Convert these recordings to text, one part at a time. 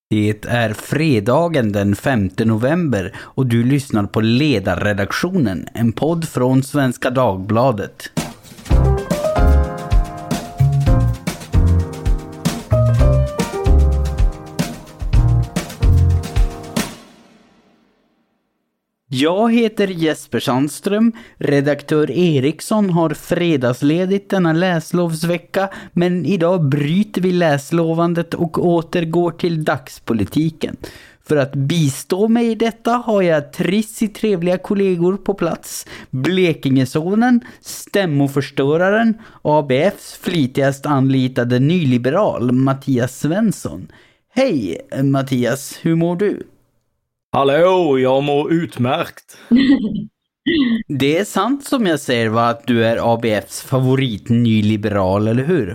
Det är fredagen den 5 november och du lyssnar på Ledarredaktionen, en podd från Svenska Dagbladet. Jag heter Jesper Sandström, redaktör Eriksson har fredagsledigt denna läslovsvecka, men idag bryter vi läslovandet och återgår till dagspolitiken. För att bistå mig i detta har jag trevliga kollegor på plats. Blekingesonen, stämmoförstöraren, ABFs flitigast anlitade nyliberal Mattias Svensson. Hej Mattias, hur mår du? Hallå, jag mår utmärkt. Det är sant som jag säger, va, att du är ABFs favorit nyliberal, eller hur?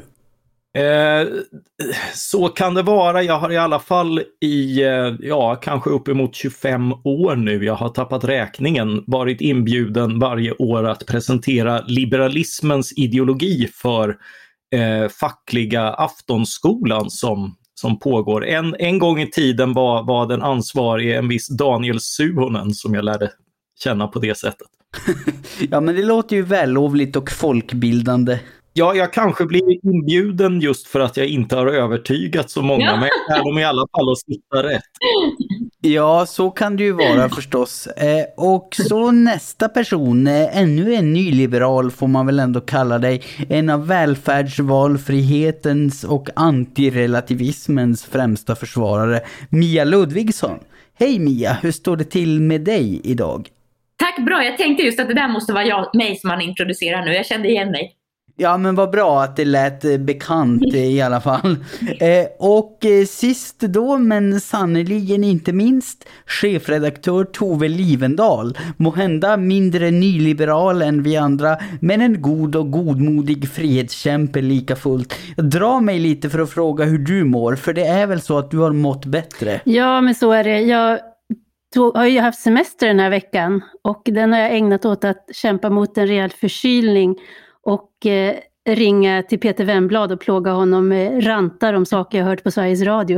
Så kan det vara. Jag har i alla fall i kanske uppemot 25 år nu, jag har tappat räkningen, varit inbjuden varje år att presentera liberalismens ideologi för fackliga aftonskolan som pågår. En gång i tiden var den ansvarige en viss Daniel Suhonen som jag lärde känna på det sättet. Ja, men det låter ju vällovligt och folkbildande. Ja, jag kanske blir inbjuden just för att jag inte har övertygat så många, men jag är de i alla fall att sitta rätt. Ja, så kan det ju vara förstås. Och så nästa person, ännu en nyliberal får man väl ändå kalla dig, en av välfärdsvalfrihetens och antirelativismens främsta försvarare, Mia Ludvigsson. Hej Mia, hur står det till med dig idag? Tack, bra. Jag tänkte just att det där måste vara mig som man introducerar nu. Jag kände igen mig. Ja, men vad bra att det lät bekant i alla fall. Och sist då, men sannoliken inte minst, chefredaktör Tove Livendal. Måhända mindre nyliberal än vi andra, men en god och godmodig frihetskämpe lika fullt. Jag drar mig lite för att fråga hur du mår, för det är väl så att du har mått bättre? Ja, men så är det. Jag har ju haft semester den här veckan och den har jag ägnat åt att kämpa mot en rejäl förkylning och ringa till Peter Wennblad och plåga honom med rantar om saker jag hört på Sveriges Radio.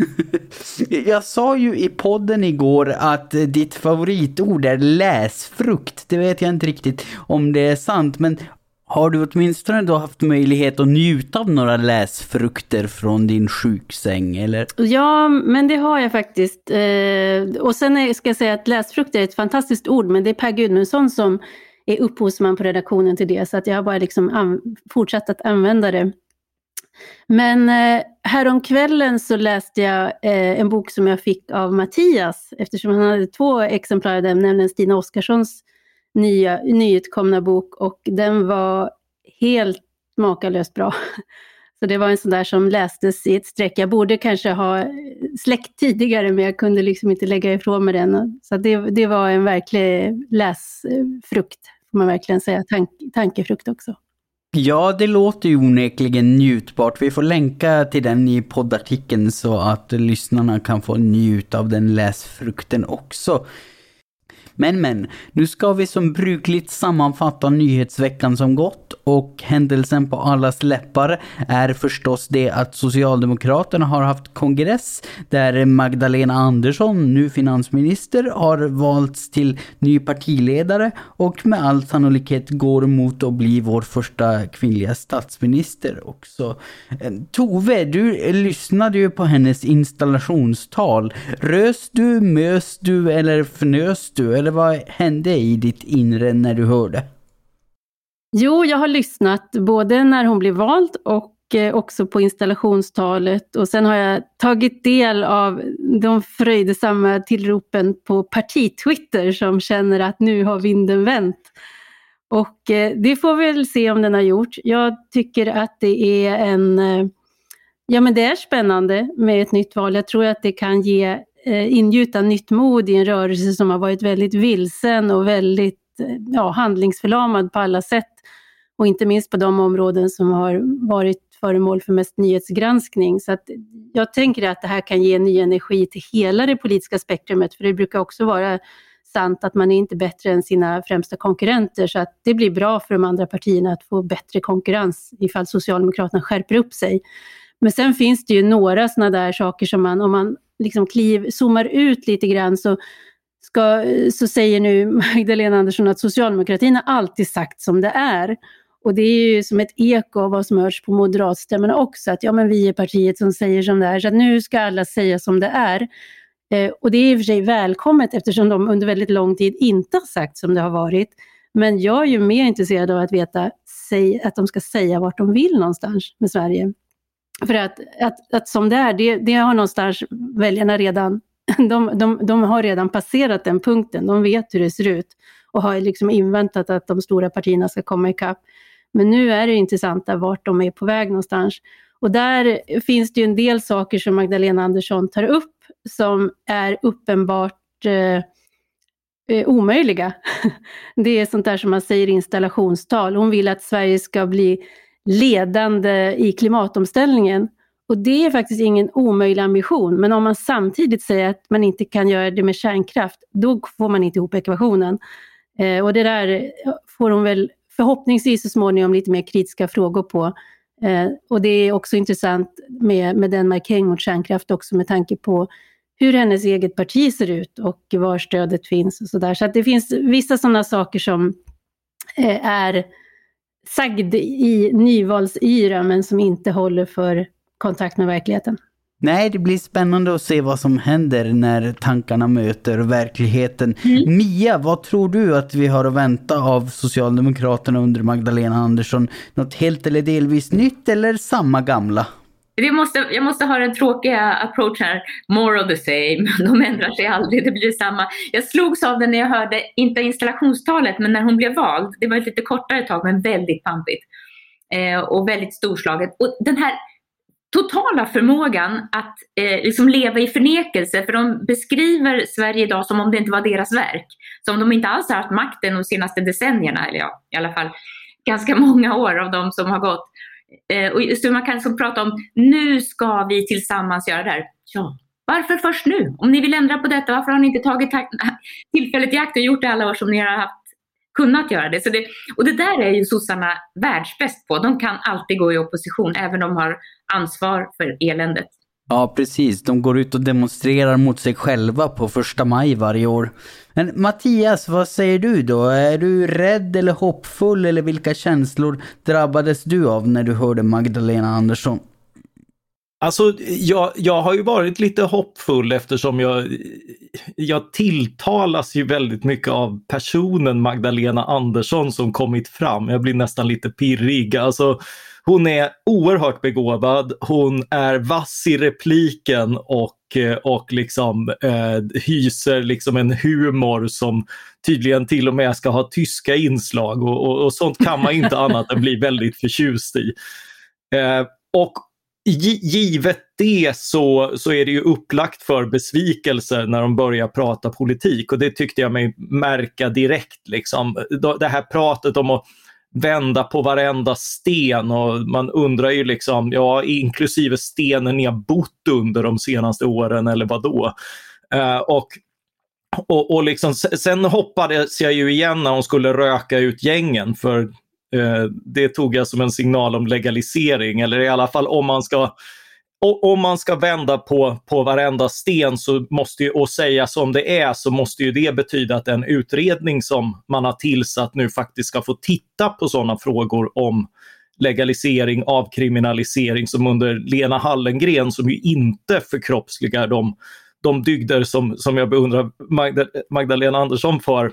Jag sa ju i podden igår att ditt favoritord är läsfrukt. Det vet jag inte riktigt om det är sant, men har du åtminstone då haft möjlighet att njuta av några läsfrukter från din sjuksäng, eller? Ja, men det har jag faktiskt. Och sen ska jag säga att läsfrukt är ett fantastiskt ord, men det är Per Gudmundsson som är upphovsman på redaktionen till det, så att jag har bara liksom fortsatt att använda det. Men häromkvällen så läste jag en bok som jag fick av Mattias, eftersom han hade 2 exemplar av den, nämligen Stina Oskarssons nyutkomna bok, och den var helt makalöst bra. Så det var en sån där som lästes i ett streck. Jag borde kanske ha släckt tidigare, men jag kunde liksom inte lägga ifrån mig den. Så det var en verklig läsfrukt, får man verkligen säga. Tankefrukt också. Ja, det låter ju onekligen njutbart. Vi får länka till den i poddartikeln så att lyssnarna kan få njuta av den läsfrukten också. Men, nu ska vi som brukligt sammanfatta nyhetsveckan som gått, och händelsen på allas läppar är förstås det att Socialdemokraterna har haft kongress där Magdalena Andersson, nu finansminister, har valts till ny partiledare och med all sannolikhet går mot att bli vår första kvinnliga statsminister också. Tove, du lyssnade ju på hennes installationstal. Rös du, mös du eller fnös du? Eller vad hände i ditt inre när du hörde? Jo, jag har lyssnat både när hon blev vald och också på installationstalet. Och sen har jag tagit del av de fröjdesamma tillropen på partitwitter som känner att nu har vinden vänt. Och det får vi väl se om den har gjort. Jag tycker att det är men det är spännande med ett nytt val. Jag tror att det kan ingjuta nytt mod i en rörelse som har varit väldigt vilsen och väldigt handlingsförlamad på alla sätt, och inte minst på de områden som har varit föremål för mest nyhetsgranskning. Så att jag tänker att det här kan ge ny energi till hela det politiska spektrumet, för det brukar också vara sant att man är inte bättre än sina främsta konkurrenter, så att det blir bra för de andra partierna att få bättre konkurrens ifall Socialdemokraterna skärper upp sig. Men sen finns det ju några sådana där saker som om man liksom zoomar ut lite grann så säger nu Magdalena Andersson att socialdemokratin har alltid sagt som det är. Och det är ju som ett eko av vad som hörs på moderatstämmorna också, att ja, men vi är partiet som säger som det är, så att nu ska alla säga som det är. Och det är i och för sig välkommet eftersom de under väldigt lång tid inte har sagt som det har varit. Men jag är ju mer intresserad av att veta att de ska säga vart de vill någonstans med Sverige. För att som det är, det har någonstans väljarna redan, de har redan passerat den punkten. De vet hur det ser ut och har liksom inväntat att de stora partierna ska komma ikapp. Men nu är det intressanta vart de är på väg någonstans. Och där finns det ju en del saker som Magdalena Andersson tar upp som är uppenbart omöjliga. Det är sånt där som man säger installationstal. Hon vill att Sverige ska bli ledande i klimatomställningen. Och det är faktiskt ingen omöjlig ambition. Men om man samtidigt säger att man inte kan göra det med kärnkraft, då får man inte ihop ekvationen. Och det där får hon väl förhoppningsvis så småningom lite mer kritiska frågor på. Och det är också intressant med den markering mot kärnkraft också med tanke på hur hennes eget parti ser ut och var stödet finns och sådär. Så att det finns vissa sådana saker som är sagd i nyvalsyra men som inte håller för kontakt med verkligheten. Nej, det blir spännande att se vad som händer när tankarna möter verkligheten. Mia, vad tror du att vi har att vänta av Socialdemokraterna under Magdalena Andersson? Något helt eller delvis nytt eller samma gamla? Jag måste ha den tråkiga approach här. More of the same. De ändrar sig aldrig, det blir samma. Jag slogs av det när jag hörde, inte installationstalet, men när hon blev vald. Det var ett lite kortare tag, men väldigt pampigt. Och väldigt storslaget. Och den här totala förmågan att liksom leva i förnekelse, för de beskriver Sverige idag som om det inte var deras verk. Som de inte alls har haft makten de senaste decennierna, eller ja, i alla fall ganska många år av de som har gått. Och så man kan så prata om, nu ska vi tillsammans göra det här. Ja, varför först nu? Om ni vill ändra på detta, varför har ni inte tagit tillfället i akt och gjort det alla år som ni har kunnat göra det? Och det där är ju sossarna världsbäst på. De kan alltid gå i opposition, även om de har ansvar för eländet. Ja, precis. De går ut och demonstrerar mot sig själva på 1 maj varje år. Men Mattias, vad säger du då? Är du rädd eller hoppfull, eller vilka känslor drabbades du av när du hörde Magdalena Andersson? Alltså, jag har ju varit lite hoppfull eftersom jag tilltalas ju väldigt mycket av personen Magdalena Andersson som kommit fram. Jag blir nästan lite pirrig. Alltså, hon är oerhört begåvad, hon är vass i repliken och liksom hyser liksom en humor som tydligen till och med ska ha tyska inslag och sånt kan man inte annat än bli väldigt förtjust i. Och givet det så är det ju upplagt för besvikelser när de börjar prata politik, och det tyckte jag mig märka direkt. Liksom. Det här pratet om att vända på varenda sten, och man undrar ju liksom, ja, inklusive stenen ni har bott under de senaste åren eller vadå? Och liksom, sen hoppades jag ju igen när hon skulle röka ut gängen, för det tog jag som en signal om legalisering, eller i alla fall om man ska vända på varenda sten så måste ju, och säga som det är, så måste ju det betyda att en utredning som man har tillsatt nu faktiskt ska få titta på sådana frågor om legalisering, avkriminalisering, som under Lena Hallengren, som ju inte förkroppsligar de dygder som jag beundrar Magdalena Andersson för,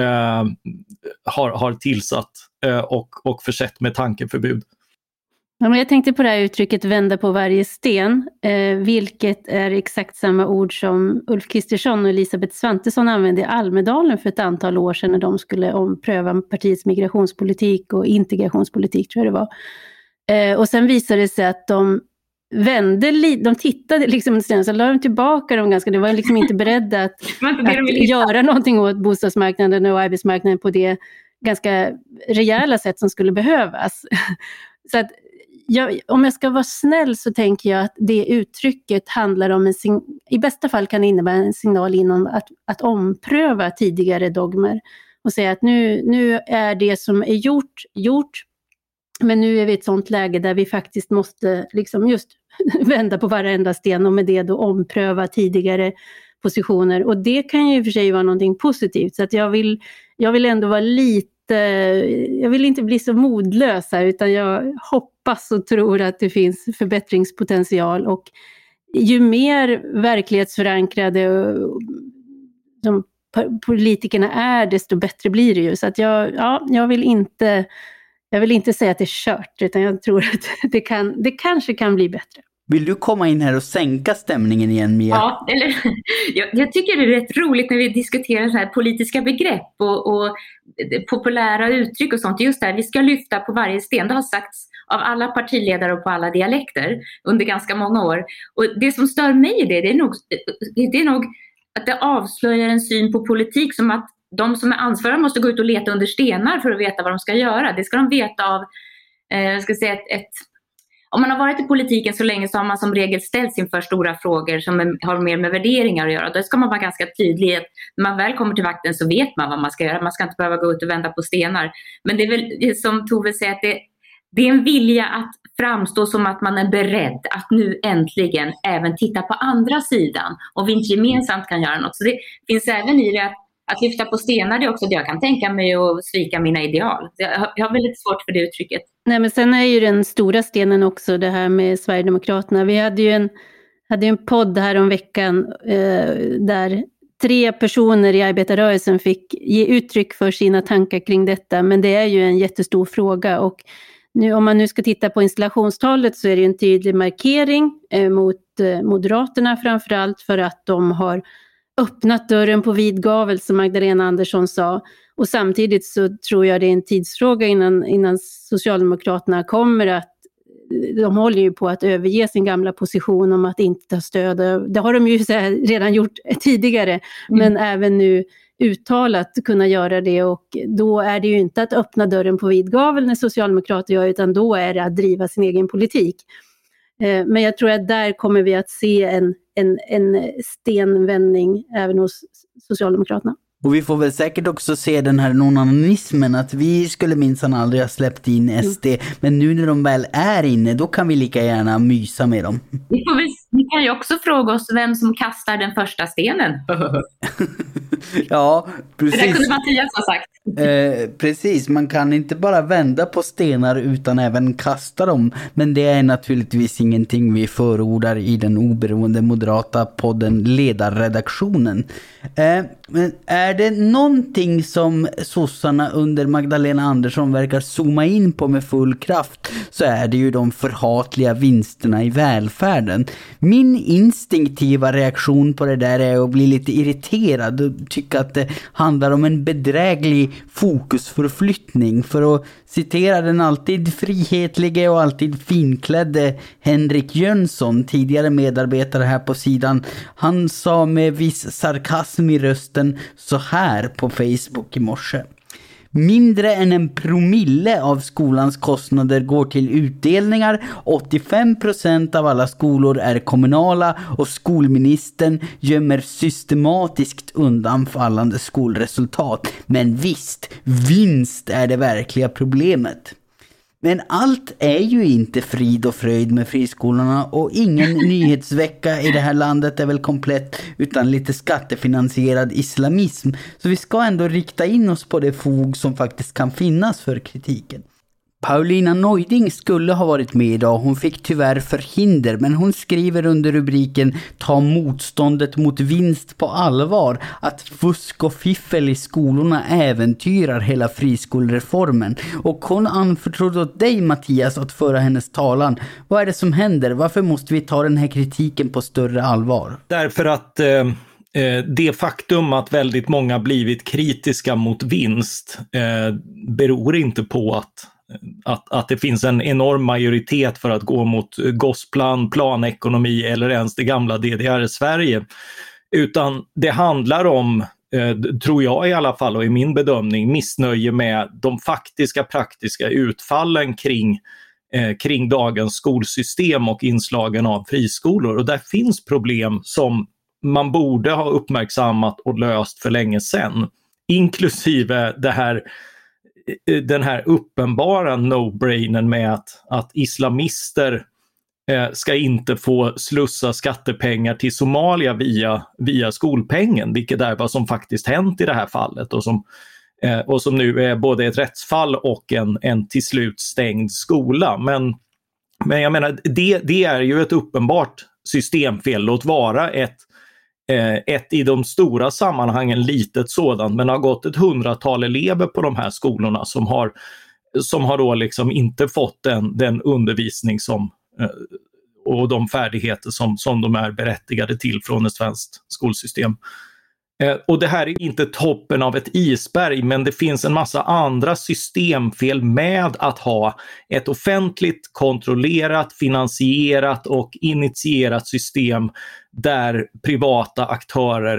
har tillsatt och försett med tankeförbud. Ja, men jag tänkte på det här uttrycket vända på varje sten, vilket är exakt samma ord som Ulf Kristersson och Elisabeth Svantesson använde i Almedalen för ett antal år sedan när de skulle ompröva partiets migrationspolitik och integrationspolitik, tror jag det var. Och sen visade det sig att de tittade liksom, så la de tillbaka dem ganska, det var liksom inte beredda att göra någonting åt bostadsmarknaden och arbetsmarknaden på det ganska rejäla sätt som skulle behövas. Så att om jag ska vara snäll så tänker jag att det uttrycket handlar om i bästa fall kan det innebära en signal inom att ompröva tidigare dogmer och säga att nu är det som är gjort, men nu är vi i ett sånt läge där vi faktiskt måste liksom just vända på varenda sten och med det då ompröva tidigare positioner. Och det kan ju i och för sig vara någonting positivt. Så att jag vill ändå vara jag vill inte bli så modlös här, utan jag hoppas och tror att det finns förbättringspotential. Och ju mer verklighetsförankrade de politikerna är, desto bättre blir det ju. Så att jag vill inte säga att det är kört, utan jag tror att det kanske kan bli bättre. Vill du komma in här och sänka stämningen igen, Mia? Ja, eller jag tycker det är rätt roligt när vi diskuterar så här politiska begrepp och populära uttryck och sånt. Just det här, vi ska lyfta på varje sten. Det har sagts av alla partiledare och på alla dialekter under ganska många år. Och det som stör mig i det är nog att det avslöjar en syn på politik som att de som är ansvariga måste gå ut och leta under stenar för att veta vad de ska göra. Det ska de veta av, om man har varit i politiken så länge så har man som regel ställts inför stora frågor som har mer med värderingar att göra. Då ska man vara ganska tydlig att när man väl kommer till vakten så vet man vad man ska göra. Man ska inte behöva gå ut och vända på stenar. Men det är väl som Tove säger, att det är en vilja att framstå som att man är beredd att nu äntligen även titta på andra sidan och vi inte gemensamt kan göra något. Så det finns även i det att lyfta på stenar, det är också det jag kan tänka mig att svika mina ideal. Jag har väldigt svårt för det uttrycket. Nej, men sen är ju den stora stenen också det här med Sverigedemokraterna. Vi hade ju en podd här om veckan där 3 personer i arbetarrörelsen fick ge uttryck för sina tankar kring detta. Men det är ju en jättestor fråga, och nu, om man nu ska titta på installationstalet så är det en tydlig markering mot Moderaterna, framförallt för att de har öppnat dörren på vid gavel, som Magdalena Andersson sa. Och samtidigt så tror jag det är en tidsfråga innan Socialdemokraterna kommer att, de håller ju på att överge sin gamla position om att inte ta stöd. Det har de ju redan gjort tidigare, men även nu uttalat kunna göra det, och då är det ju inte att öppna dörren på vid gavel när Socialdemokrater gör, utan då är det att driva sin egen politik. Men jag tror att där kommer vi att se en stenvändning även hos Socialdemokraterna. Och vi får väl säkert också se den här nonanismen, att vi skulle minsann aldrig ha släppt in SD, men nu när de väl är inne, då kan vi lika gärna mysa med dem. Vi kan ju också fråga oss vem som kastar den första stenen. Ja, precis. Det där kunde Mattias ha sagt. Precis, man kan inte bara vända på stenar utan även kasta dem. Men det är naturligtvis ingenting vi förordar i den oberoende moderata podden Ledarredaktionen. Men är det någonting som sossarna under Magdalena Andersson verkar zooma in på med full kraft, så är det ju de förhatliga vinsterna i välfärden. Min instinktiva reaktion på det där är att bli lite irriterad och tycka att det handlar om en bedräglig fokusförflyttning. För att citera den alltid frihetlige och alltid finklädde Henrik Jönsson, tidigare medarbetare här på sidan, han sa med viss sarkasm i rösten så här på Facebook i morse: mindre än 1% av skolans kostnader går till utdelningar, 85% av alla skolor är kommunala och skolministern gömmer systematiskt undan fallande skolresultat. Men visst, vinst är det verkliga problemet. Men allt är ju inte frid och fröjd med friskolorna, och ingen nyhetsvecka i det här landet är väl komplett utan lite skattefinansierad islamism. Så vi ska ändå rikta in oss på det fog som faktiskt kan finnas för kritiken. Paulina Neuding skulle ha varit med idag, hon fick tyvärr förhinder, men hon skriver under rubriken "Ta motståndet mot vinst på allvar" att fusk och fiffel i skolorna äventyrar hela friskolereformen. Och hon anförtrodde åt dig, Mattias, att föra hennes talan. Vad är det som händer? Varför måste vi ta den här kritiken på större allvar? Därför att det faktum att väldigt många blivit kritiska mot vinst beror inte på att det finns en enorm majoritet för att gå mot Gosplan, planekonomi eller ens det gamla DDR-Sverige. Utan det handlar om, tror jag i alla fall och i min bedömning, missnöje med de faktiska praktiska utfallen kring dagens skolsystem och inslagen av friskolor. Och där finns problem som man borde ha uppmärksammat och löst för länge sedan. Inklusive den här uppenbara no-brainen med att islamister ska inte få slussa skattepengar till Somalia via skolpengen, vilket är vad som faktiskt hänt i det här fallet och som nu är både ett rättsfall och en till slut stängd skola. Men jag menar, det är ju ett uppenbart systemfel, låt vara ett i de stora sammanhangen litet sådant, men har gått ett 100-tal elever på de här skolorna som har då liksom inte fått den undervisning och de färdigheter som de är berättigade till från ett svenskt skolsystem. Och det här är inte toppen av ett isberg, men det finns en massa andra systemfel med att ha ett offentligt kontrollerat, finansierat och initierat system där privata aktörer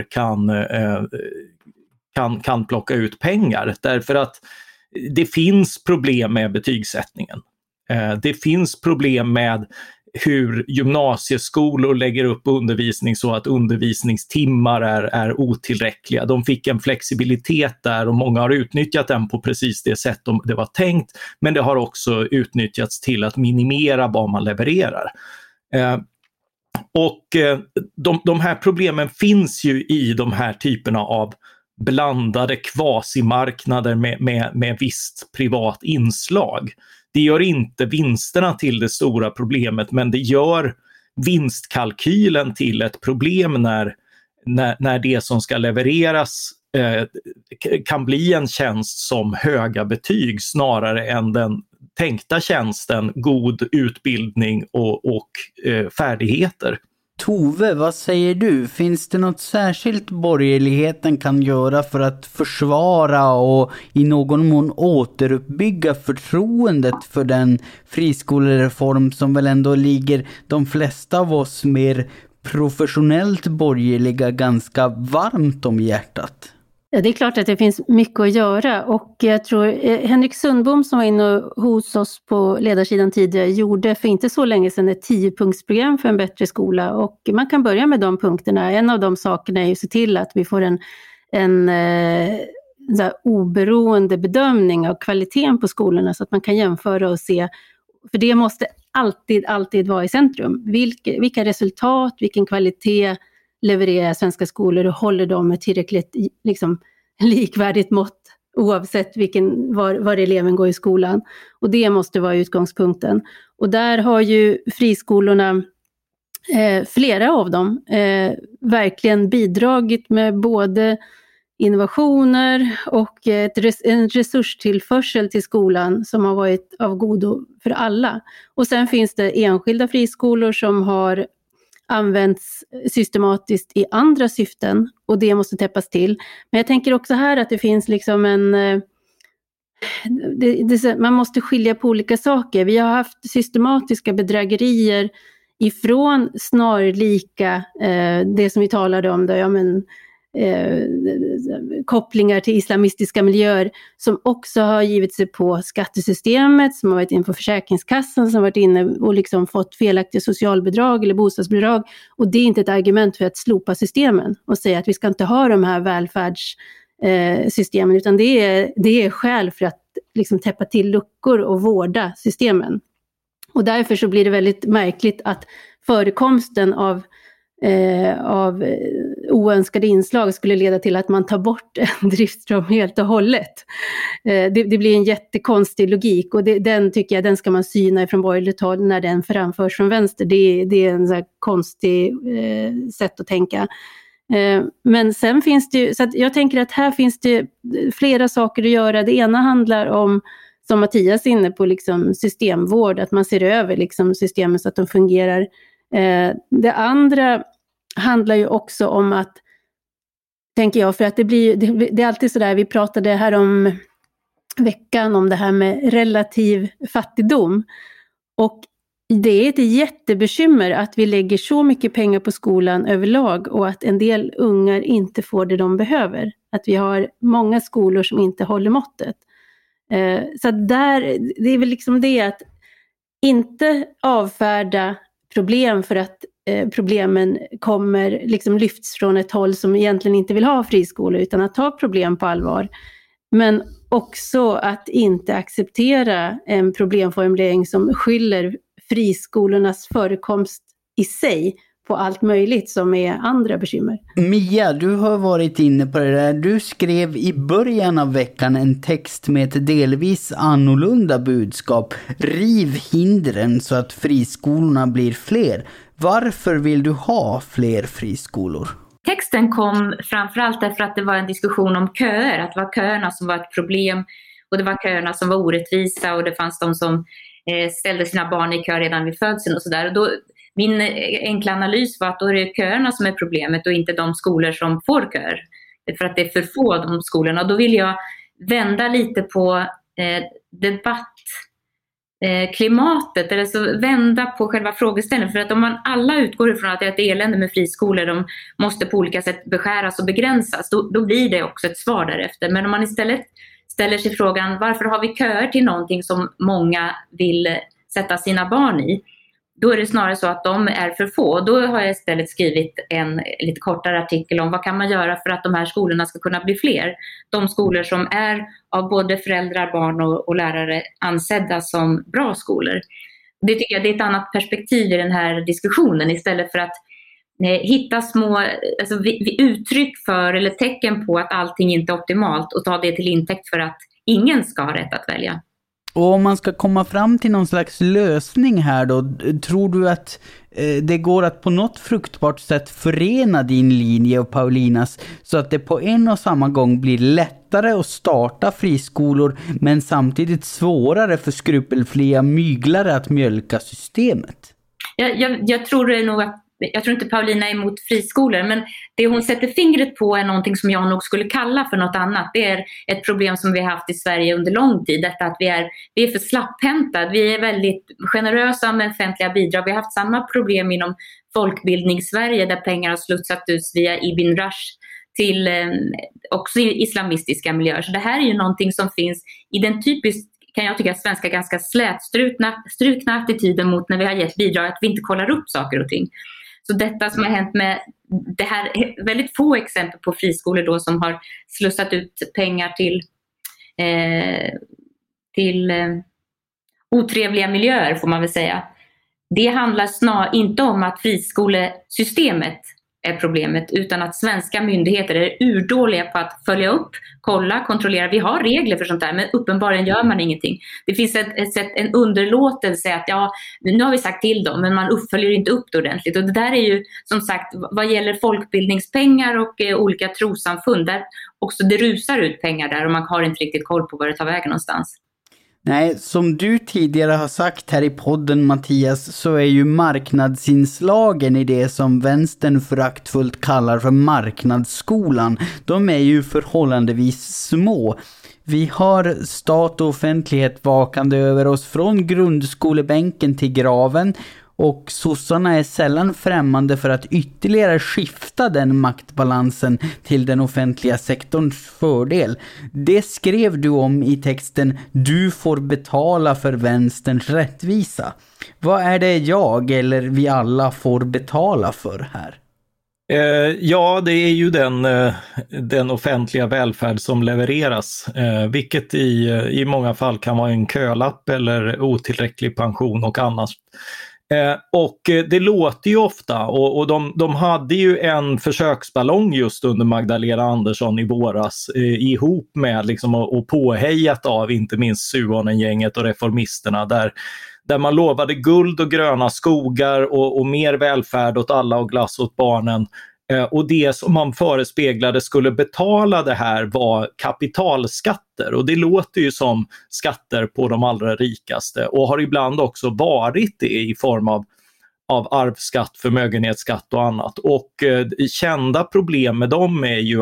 kan plocka ut pengar. Därför att det finns problem med betygssättningen. Det finns problem med hur gymnasieskolor lägger upp undervisning så att undervisningstimmar är otillräckliga. De fick en flexibilitet där och många har utnyttjat den på precis det sätt det var tänkt, men det har också utnyttjats till att minimera vad man levererar. Och de här problemen finns ju i de här typerna av blandade kvasimarknader med visst privat inslag. Det gör inte vinsterna till det stora problemet, men det gör vinstkalkylen till ett problem när det som ska levereras kan bli en tjänst som höga betyg snarare än den tänkta tjänsten god utbildning och färdigheter. Tove, vad säger du? Finns det något särskilt borgerligheten kan göra för att försvara och i någon mån återuppbygga förtroendet för den friskolereform som väl ändå ligger de flesta av oss mer professionellt borgerliga ganska varmt om hjärtat? Ja, det är klart att det finns mycket att göra, och jag tror Henrik Sundbom som var inne hos oss på ledarsidan tidigare gjorde för inte så länge sedan ett 10-punktsprogram för en bättre skola, och man kan börja med de punkterna. En av de sakerna är ju att se till att vi får en så här oberoende bedömning av kvaliteten på skolorna så att man kan jämföra och se, för det måste alltid vara i centrum. Vilka resultat, vilken kvalitet levererar svenska skolor och håller de med tillräckligt liksom, likvärdigt mått oavsett var eleven går i skolan. Och det måste vara utgångspunkten. Och där har ju friskolorna, flera av dem, verkligen bidragit med både innovationer och en resurstillförsel till skolan som har varit av godo för alla. Och sen finns det enskilda friskolor som har används systematiskt i andra syften, och det måste täppas till. Men jag tänker också här att det finns liksom man måste skilja på olika saker. Vi har haft systematiska bedrägerier ifrån snarlika det som vi talade om där, kopplingar till islamistiska miljöer som också har givit sig på skattesystemet, som har varit inne på Försäkringskassan, som har varit inne och liksom fått felaktiga socialbidrag eller bostadsbidrag. Och det är inte ett argument för att slopa systemen och säga att vi ska inte ha de här välfärdssystemen, utan det är skäl för att liksom täppa till luckor och vårda systemen. Och därför så blir det väldigt märkligt att förekomsten av oönskade inslag skulle leda till att man tar bort en driftsram helt och hållet. Det blir en jättekonstig logik, och den tycker jag den ska man syna från borgerligt håll när den framförs från vänster. Det är en så här konstig sätt att tänka. Men sen finns det ju, så att jag tänker att här finns det flera saker att göra. Det ena handlar om, som Mattias är inne på, liksom systemvård, att man ser över liksom systemen så att de fungerar. Det andra handlar ju också om att, tänker jag, för att det är alltid sådär, vi pratade här om veckan om det här med relativ fattigdom, och det är ett jättebekymmer att vi lägger så mycket pengar på skolan överlag och att en del ungar inte får det de behöver, att vi har många skolor som inte håller måttet. Så där, det är väl liksom det, att inte avfärda problem för att problemen liksom lyfts från ett håll som egentligen inte vill ha friskolor, utan att ta problem på allvar. Men också att inte acceptera en problemformulering som skyller friskolornas förekomst i sig på allt möjligt som är andra bekymmer. Mia, du har varit inne på det där. Du skrev i början av veckan en text med ett delvis annorlunda budskap. Riv hindren så att friskolorna blir fler. Varför vill du ha fler friskolor? Texten kom framförallt därför att det var en diskussion om köer. Att det var köerna som var ett problem och det var köerna som var orättvisa och det fanns de som ställde sina barn i kö redan vid födseln och sådär. Min enkla analys var att då är det köerna som är problemet och inte de skolor som får köer. För att det är för få de skolorna. Och då vill jag vända lite på debattklimatet, eller så vända på själva frågeställningen. För att om man alla utgår ifrån att det är ett elände med friskolor, de måste på olika sätt beskäras och begränsas, då blir det också ett svar därefter. Men om man istället ställer sig frågan, varför har vi köer till någonting som många vill sätta sina barn i? Då är det snarare så att de är för få. Då har jag istället skrivit en lite kortare artikel om vad kan man göra för att de här skolorna ska kunna bli fler. De skolor som är av både föräldrar, barn och lärare ansedda som bra skolor. Det tycker jag det är ett annat perspektiv i den här diskussionen, istället för att hitta små uttryck för eller tecken på att allting inte är optimalt och ta det till intäkt för att ingen ska ha rätt att välja. Och om man ska komma fram till någon slags lösning här då, tror du att det går att på något fruktbart sätt förena din linje och Paulinas så att det på en och samma gång blir lättare att starta friskolor men samtidigt svårare för skrupelfria myglare att mjölka systemet? Jag tror nog att jag tror inte Paulina är emot friskolor, men det hon sätter fingret på är någonting som jag nog skulle kalla för något annat. Det är ett problem som vi har haft i Sverige under lång tid. Detta att vi är för slapphäntade. Vi är väldigt generösa med offentliga bidrag. Vi har haft samma problem inom folkbildnings-Sverige där pengar har slutsat ut via Ibn Rushd till också islamistiska miljöer. Så det här är ju någonting som finns i den typiskt, kan jag tycka, svenska ganska slätstrukna attityden mot när vi har gett bidrag, att vi inte kollar upp saker och ting. Så detta som har hänt med det här, väldigt få exempel på friskolor då som har slussat ut pengar till otrevliga miljöer, får man väl säga. Det handlar inte om att friskolesystemet är problemet, utan att svenska myndigheter är urdåliga på att följa upp, kolla, kontrollera. Vi har regler för sånt där, men uppenbarligen gör man ingenting. Det finns en underlåtelse att nu har vi sagt till dem, men man följer inte upp det ordentligt. Och det där är ju som sagt vad gäller folkbildningspengar och olika trossamfund, där också det rusar ut pengar där och man har inte riktigt koll på var det tar vägen någonstans. Nej, som du tidigare har sagt här i podden, Mattias, så är ju marknadsinslagen i det som vänstern föraktfullt kallar för marknadsskolan, de är ju förhållandevis små. Vi har stat och offentlighet vakande över oss från grundskolebänken till graven, och sossarna är sällan främmande för att ytterligare skifta den maktbalansen till den offentliga sektorns fördel. Det skrev du om i texten "Du får betala för vänsterns rättvisa". Vad är det jag eller vi alla får betala för här? Ja, det är ju den offentliga välfärd som levereras, vilket i många fall kan vara en kölapp eller otillräcklig pension och annat. Och det låter ju ofta, och de hade ju en försöksballong just under Magdalena Andersson i våras, ihop med liksom, och påhejat av inte minst Suhonen-gänget och reformisterna, där man lovade guld och gröna skogar och mer välfärd åt alla och glass åt barnen. Och det som man förespeglade skulle betala det här var kapitalskatter, och det låter ju som skatter på de allra rikaste och har ibland också varit det i form av arvsskatt, förmögenhetsskatt och annat. Och kända problem med dem är ju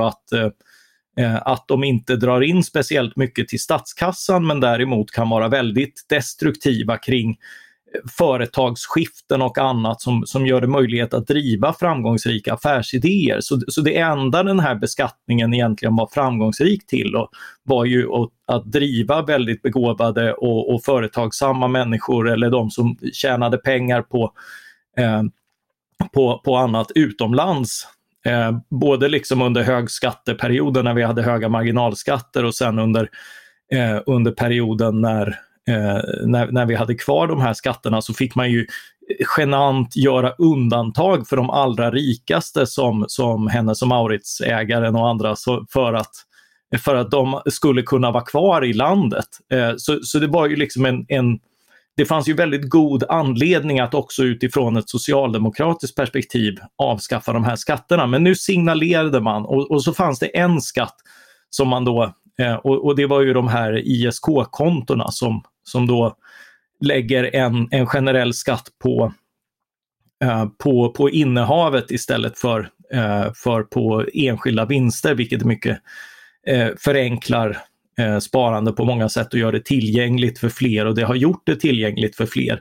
att de inte drar in speciellt mycket till statskassan, men däremot kan vara väldigt destruktiva kring företagsskiften och annat som gör det möjligt att driva framgångsrika affärsidéer. Så det enda den här beskattningen egentligen var framgångsrik till var ju att driva väldigt begåvade och företagsamma människor, eller de som tjänade pengar på annat utomlands. Både liksom under högskatteperioden när vi hade höga marginalskatter, och sen under perioden när när vi hade kvar de här skatterna så fick man ju genant göra undantag för de allra rikaste som Hennes & Mauritz-ägaren och andra för att de skulle kunna vara kvar i landet. Så det var ju liksom det fanns ju väldigt god anledning att också utifrån ett socialdemokratiskt perspektiv avskaffa de här skatterna. Men nu signalerade man och så fanns det en skatt som man då, och det var ju de här ISK-kontona som då lägger en generell skatt på innehavet istället för på enskilda vinster, vilket är mycket förenklar sparande på många sätt och gör det tillgängligt för fler, och det har gjort det tillgängligt för fler.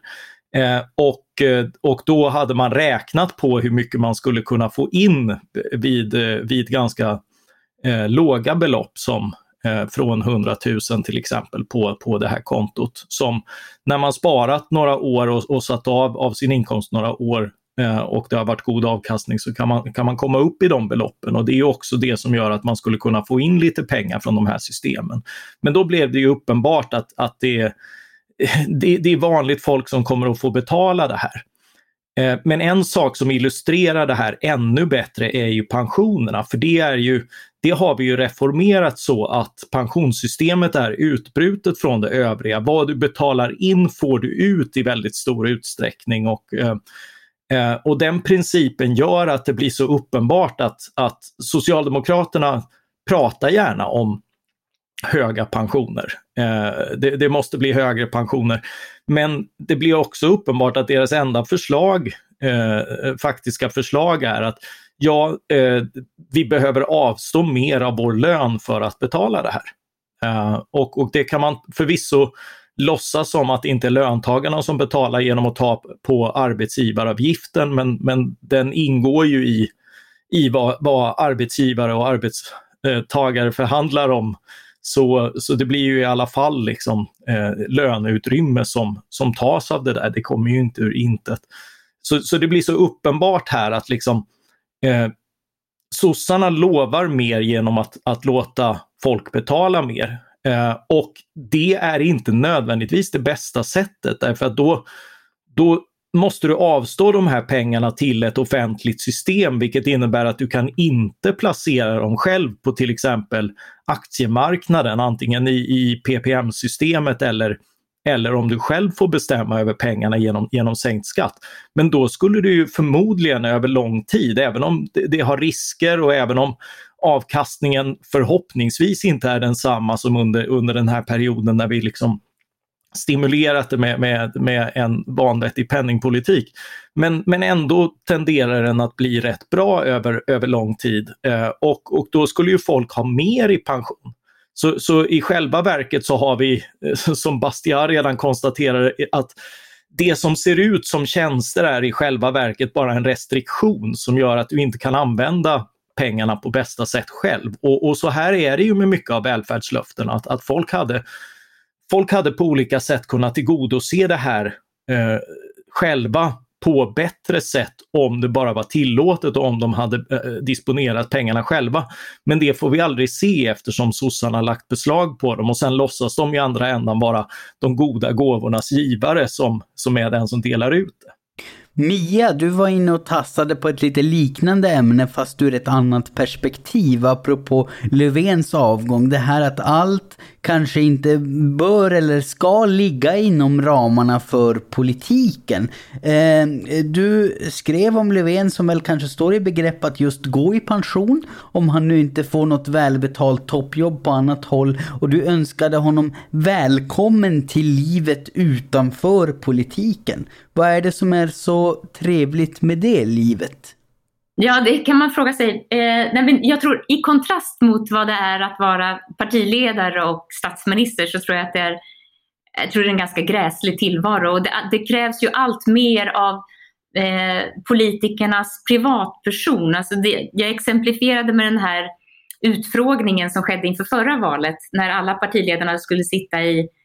Och då hade man räknat på hur mycket man skulle kunna få in vid ganska låga belopp som från 100 000 till exempel på det här kontot, som när man sparat några år och satt av sin inkomst några år och det har varit god avkastning, så kan man komma upp i de beloppen, och det är också det som gör att man skulle kunna få in lite pengar från de här systemen. Men då blev det ju uppenbart att det är vanligt folk som kommer att få betala det här. Men en sak som illustrerar det här ännu bättre är ju pensionerna, för det har vi ju reformerat så att pensionssystemet är utbrutet från det övriga. Vad du betalar in får du ut i väldigt stor utsträckning, och den principen gör att det blir så uppenbart att Socialdemokraterna pratar gärna om höga pensioner. Det måste bli högre pensioner. Men det blir också uppenbart att deras enda faktiska förslag är att vi behöver avstå mer av vår lön för att betala det här. Och det kan man förvisso låtsas som att det inte är löntagarna som betalar genom att ta på arbetsgivaravgiften, men den ingår ju i vad arbetsgivare och arbetstagare förhandlar om. Så det blir ju i alla fall liksom löneutrymme som tas av det där. Det kommer ju inte ur intet. Så det blir så uppenbart här att liksom sossarna lovar mer genom att låta folk betala mer. Och det är inte nödvändigtvis det bästa sättet, därför att då måste du avstå de här pengarna till ett offentligt system, vilket innebär att du kan inte placera dem själv på till exempel aktiemarknaden, antingen i PPM-systemet eller om du själv får bestämma över pengarna genom sänkt skatt. Men då skulle du ju förmodligen över lång tid, även om det har risker och även om avkastningen förhoppningsvis inte är densamma som under den här perioden när vi liksom stimulerat det med en vanvettig penningpolitik. Men ändå tenderar den att bli rätt bra över lång tid. Och då skulle ju folk ha mer i pension. Så i själva verket så har vi, som Bastiat redan konstaterar, att det som ser ut som tjänster är i själva verket bara en restriktion som gör att du inte kan använda pengarna på bästa sätt själv. Och så här är det ju med mycket av välfärdslöften, att folk hade på olika sätt kunnat tillgodose det här själva på bättre sätt om det bara var tillåtet och om de hade disponerat pengarna själva. Men det får vi aldrig se eftersom sossarna har lagt beslag på dem, och sen låtsas de i andra ändan vara de goda gåvornas givare som är den som delar ut det. Mia, du var inne och tassade på ett lite liknande ämne fast ur ett annat perspektiv apropå Löfvens avgång. Det här att allt kanske inte bör eller ska ligga inom ramarna för politiken. Du skrev om Löfven som väl kanske står i begrepp att just gå i pension om han nu inte får något välbetalt toppjobb på annat håll, och du önskade honom välkommen till livet utanför politiken. Vad är det som är så trevligt med det livet? Ja, det kan man fråga sig. Jag tror i kontrast mot vad det är att vara partiledare och statsminister, så tror jag att det är en ganska gräslig tillvaro. Och det krävs ju allt mer av politikernas privatperson. Alltså jag exemplifierade med den här utfrågningen som skedde inför förra valet, när alla partiledarna skulle sitta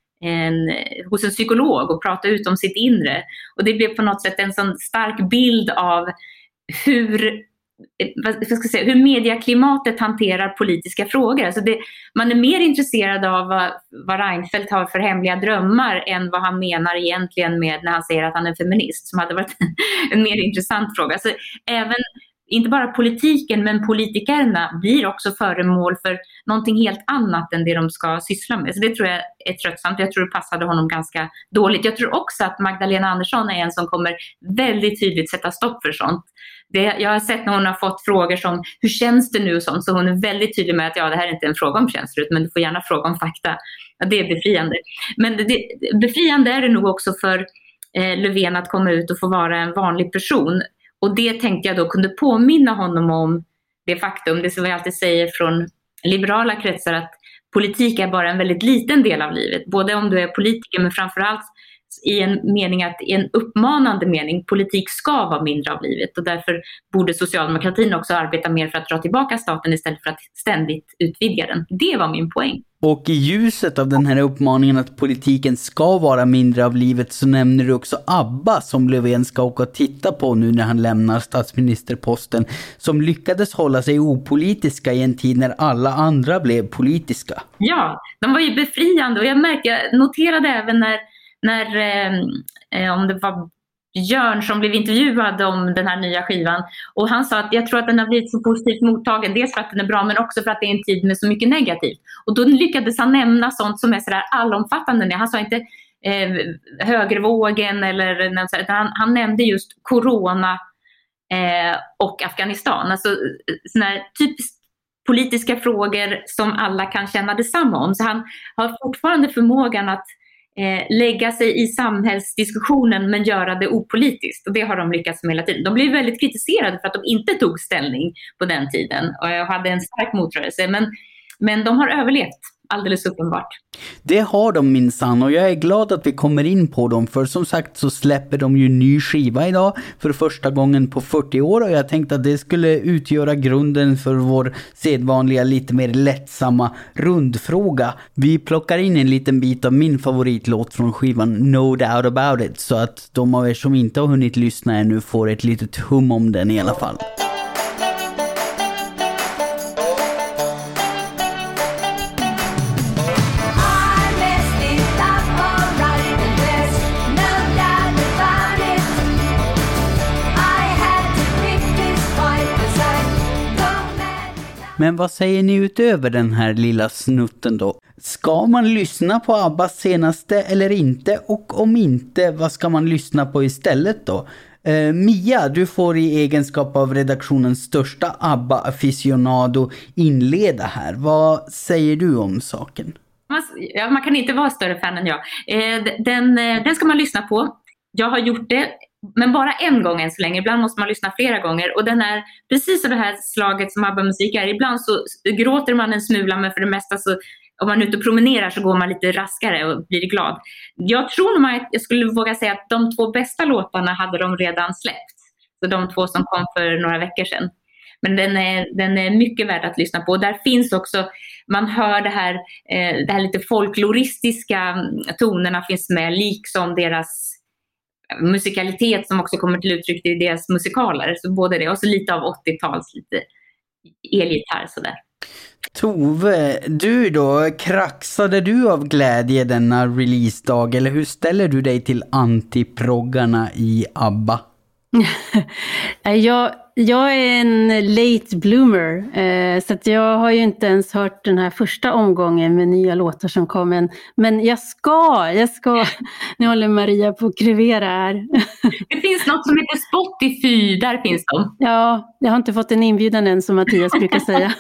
hos en psykolog och prata ut om sitt inre. Och det blev på något sätt en sån stark bild av hur hur medieklimatet hanterar politiska frågor. Alltså man är mer intresserad av vad Reinfeldt har för hemliga drömmar än vad han menar egentligen med när han säger att han är feminist, som hade varit en mer intressant fråga. Alltså, även inte bara politiken, men politikerna blir också föremål för någonting helt annat än det de ska syssla med. Så det tror jag är tröttsamt. Jag tror det passade honom ganska dåligt. Jag tror också att Magdalena Andersson är en som kommer väldigt tydligt sätta stopp för sånt. Jag har sett när hon har fått frågor som hur känns det nu och sånt, så hon är väldigt tydlig med att det här är inte en fråga om känslor, men du får gärna fråga om fakta. Ja, det är befriande. Men befriande är det nog också för Löfven att komma ut och få vara en vanlig person. Och det tänkte jag då kunde påminna honom om det faktum, det som vi alltid säger från liberala kretsar, att politik är bara en väldigt liten del av livet. Både om du är politiker, men framförallt i en mening att i en uppmanande mening, politik ska vara mindre av livet. Och därför borde socialdemokratin också arbeta mer för att dra tillbaka staten istället för att ständigt utvidga den. Det var min poäng. Och i ljuset av den här uppmaningen att politiken ska vara mindre av livet så nämner du också ABBA som Löfven ska åka och titta på nu när han lämnar statsministerposten, som lyckades hålla sig opolitiska i en tid när alla andra blev politiska. Ja, de var ju befriande och jag noterade även när om det var Björn som blev intervjuad om den här nya skivan, och han sa att jag tror att den har blivit så positivt mottagen, dels för att den är bra men också för att det är en tid med så mycket negativt. Och då lyckades han nämna sånt som är sådär allomfattande. Han sa inte högervågen eller han nämnde just corona och Afghanistan. Alltså sådana här typiskt politiska frågor som alla kan känna detsamma om. Så han har fortfarande förmågan att lägga sig i samhällsdiskussionen men göra det opolitiskt, och det har de lyckats med hela tiden. De blev väldigt kritiserade för att de inte tog ställning på den tiden och jag hade en stark motrörelse, men de har överlevt alldeles uppenbart. Det har de minsann, och jag är glad att vi kommer in på dem, för som sagt så släpper de ju ny skiva idag för första gången på 40 år, och jag tänkte att det skulle utgöra grunden för vår sedvanliga lite mer lättsamma rundfråga. Vi plockar in en liten bit av min favoritlåt från skivan, No Doubt About It, så att de av er som inte har hunnit lyssna ännu får ett litet hum om den i alla fall. Men vad säger ni utöver den här lilla snutten då? Ska man lyssna på ABBAs senaste eller inte? Och om inte, vad ska man lyssna på istället då? Mia, du får i egenskap av redaktionens största ABBA-aficionado inleda här. Vad säger du om saken? Man kan inte vara större fan än jag. Den ska man lyssna på. Jag har gjort det, men bara en gång än så länge. Ibland måste man lyssna flera gånger. Och den är precis av det här slaget som ABBA-musik är. Ibland så gråter man en smula, men för det mesta så, om man är ute och promenerar så går man lite raskare och blir glad. Jag tror nog att jag skulle våga säga att de 2 bästa låtarna hade de redan släppt. Så de 2 som kom för några veckor sedan. Men den är mycket värd att lyssna på. Och där finns också, man hör det här lite folkloristiska tonerna finns med, liksom deras musikalitet som också kommer till uttryck i deras musikaler. Så både det och så lite av 80-tals, lite elgitarr sådär. Tove, du då, kraxade du av glädje denna releasedag, eller hur ställer du dig till antiproggarna i ABBA? Jag är en late bloomer, så att jag har ju inte ens hört den här första omgången med nya låtar som kom, men jag ska, nu håller Maria på att krevera här. Det finns något som heter Spotify, där finns de. Ja, jag har inte fått en inbjudan än, som Mattias brukar säga.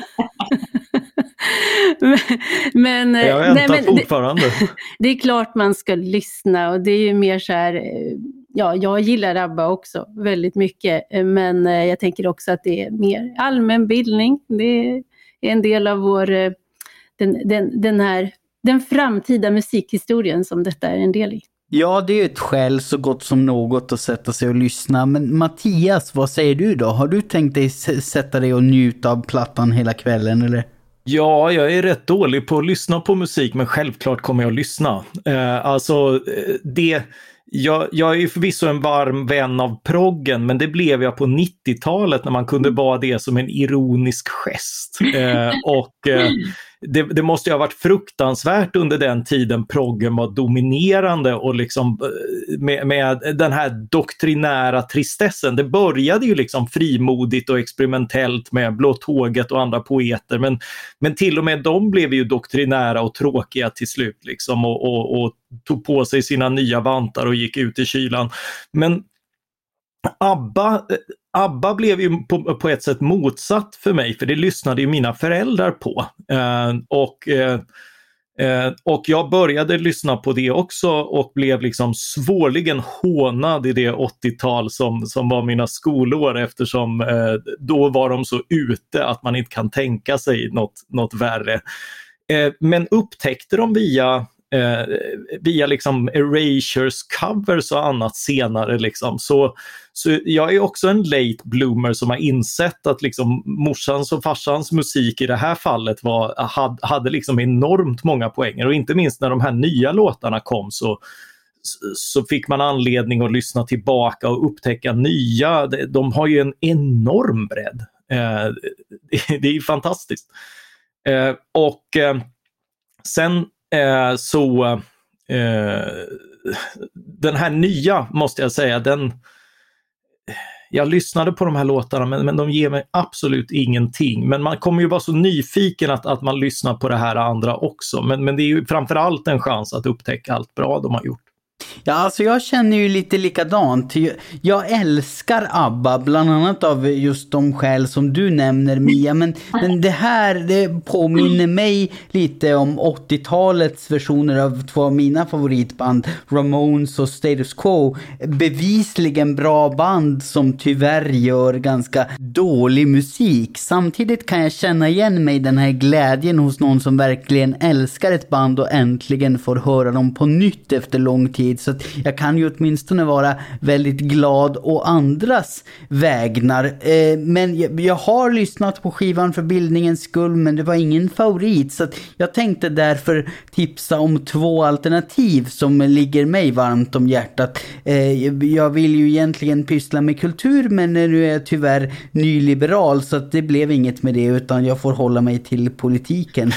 men jag väntar fortfarande. Det är klart man ska lyssna, och det är ju mer så här. Ja, jag gillar ABBA också väldigt mycket, men jag tänker också att det är mer allmänbildning. Det är en del av vår den framtida musikhistorien som detta är en del i. Ja, det är ett skäl så gott som något att sätta sig och lyssna. Men Mattias, vad säger du då? Har du tänkt dig sätta dig och njuta av plattan hela kvällen, eller? Ja, jag är rätt dålig på att lyssna på musik, men självklart kommer jag att lyssna. jag är ju förvisso en varm vän av proggen, men det blev jag på 90-talet när man kunde vara det som en ironisk gest. Det måste ju ha varit fruktansvärt under den tiden proggen var dominerande och liksom med den här doktrinära tristessen. Det började ju liksom frimodigt och experimentellt med Blå tåget och andra poeter, men till och med de blev ju doktrinära och tråkiga till slut liksom och tog på sig sina nya vantar och gick ut i kylan. Men ABBA blev ju på ett sätt motsatt för mig, för det lyssnade ju mina föräldrar på. Och jag började lyssna på det också och blev liksom svårligen hånad i det 80-tal som var mina skolår, eftersom då var de så ute att man inte kan tänka sig något värre. Men upptäckte de via liksom Erasures covers och annat senare liksom. Så jag är också en late bloomer som har insett att liksom morsans och farsans musik i det här fallet hade liksom enormt många poänger, och inte minst när de här nya låtarna kom så fick man anledning att lyssna tillbaka och upptäcka nya. De har ju en enorm bredd. Det är ju fantastiskt. Och sen den här nya, måste jag säga, jag lyssnade på de här låtarna men de ger mig absolut ingenting. Men man kommer ju vara så nyfiken att man lyssnar på det här andra också. Men det är ju framförallt en chans att upptäcka allt bra de har gjort. Ja, alltså jag känner ju lite likadant. Jag älskar ABBA, bland annat av just de skäl som du nämner, Mia. Men det påminner mig lite om 80-talets versioner av två av mina favoritband, Ramones och Status Quo. Bevisligen bra band som tyvärr gör ganska dålig musik. Samtidigt kan jag känna igen mig den här glädjen hos någon som verkligen älskar ett band och äntligen får höra dem på nytt efter lång tid. Så att jag kan ju åtminstone vara väldigt glad å andras vägnar. Men jag har lyssnat på skivan för bildningens skull, men det var ingen favorit. Så att jag tänkte därför tipsa om 2 alternativ som ligger mig varmt om hjärtat. Jag vill ju egentligen pyssla med kultur, men nu är jag tyvärr nyliberal, så att det blev inget med det, utan jag får hålla mig till politiken.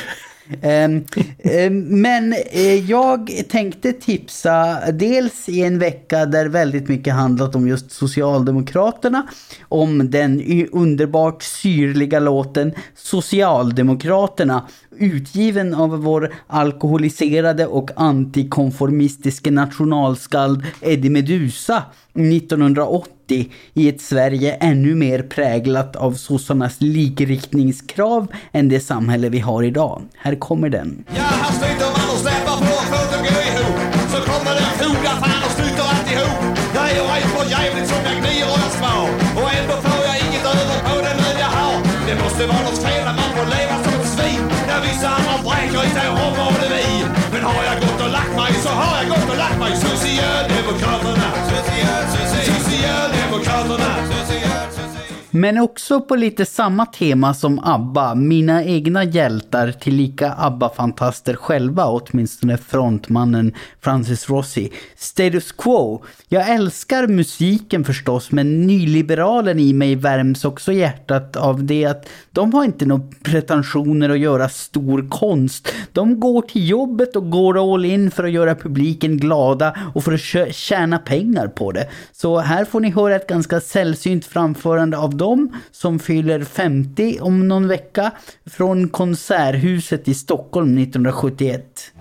Men jag tänkte tipsa dels i en vecka där väldigt mycket handlat om just Socialdemokraterna, om den underbart syrliga låten Socialdemokraterna, utgiven av vår alkoholiserade och antikonformistiska nationalskald Eddie Meduza 1980 i ett Sverige ännu mer präglat av sossarnas likriktningskrav än det samhälle vi har idag. Här kommer den. Ja, här slutar man och släpper på att gå ihop. Så kommer det foga fan och slutar alltihop. Jag är rädd för jävligt som jag gnier och jag svar. Och ändå får jag inget över på den lön jag har. Det måste vara något fel när man får leva som ett svin. När vissa andra bräcker i sig om och det vi. Men har jag gått och lagt mig så har jag gått och lagt mig. Socialdemokraterna, Socialdemokraterna. Men också på lite samma tema som ABBA, mina egna hjältar, tillika ABBA-fantaster själva, åtminstone frontmannen Francis Rossi. Status Quo. Jag älskar musiken förstås, men nyliberalen i mig värms också hjärtat av det att de har inte några pretensioner att göra stor konst. De går till jobbet och går all in för att göra publiken glada och för att tjäna pengar på det. Så här får ni höra ett ganska sällsynt framförande av dem som fyller 50 om någon vecka från Konserthuset i Stockholm 1971.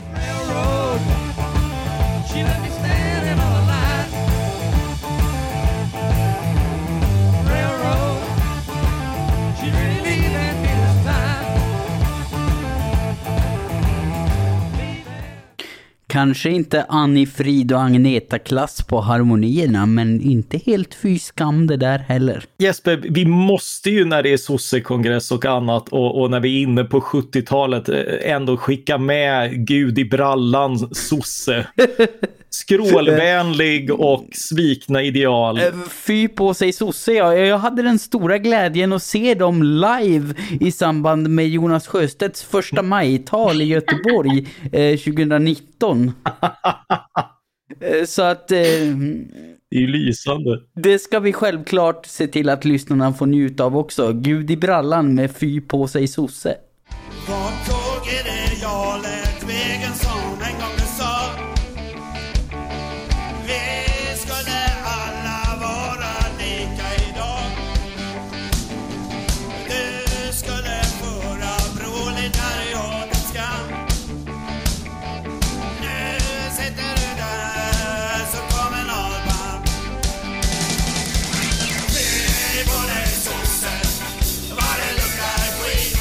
Kanske inte Annie Frid och Agneta-klass på harmonierna, men inte helt fy skam det där heller. Jesper, vi måste ju när det är sossekongress och annat och när vi är inne på 70-talet ändå skicka med Gud i brallan sosse. Skrålvänlig och svikna ideal. Fy på sig sosse, ja. Jag hade den stora glädjen att se dem live i samband med Jonas Sjöstedts första majtal i Göteborg 2019. Så att... Det är ju lysande. Det ska vi självklart se till att lyssnarna får njuta av också. Gud i brallan med fy på sig sosse. Vad tåg är det jag lät vägen som en gång du sa? Vi skulle alla vara lika idag. Du skulle föra proletariatets skam. Nu sitter du där som kommunalman. Fy på dig sosse, vad det luktar skit.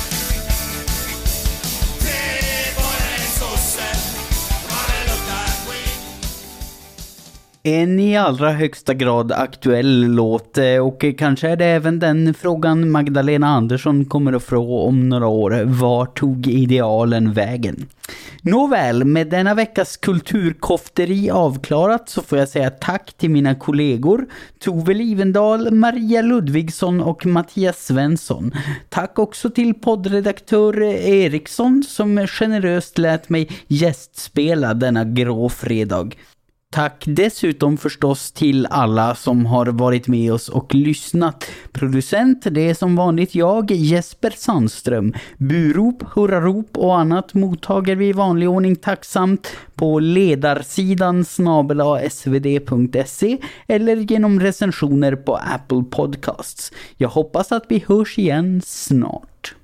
En i allra högsta grad aktuell låt, och kanske är det även den frågan Magdalena Andersson kommer att fråga om några år. Var tog idealen vägen? Nåväl, med denna veckas kulturkofteri avklarat så får jag säga tack till mina kollegor Tove Livendal, Maria Ludvigsson och Mattias Svensson. Tack också till poddredaktör Eriksson som generöst lät mig gästspela denna grå fredag. Tack dessutom förstås till alla som har varit med oss och lyssnat. Producent, det är som vanligt jag, Jesper Sandström. Burop, hurrarop och annat mottager vi i vanlig ordning tacksamt på ledarsidan @svd.se eller genom recensioner på Apple Podcasts. Jag hoppas att vi hörs igen snart.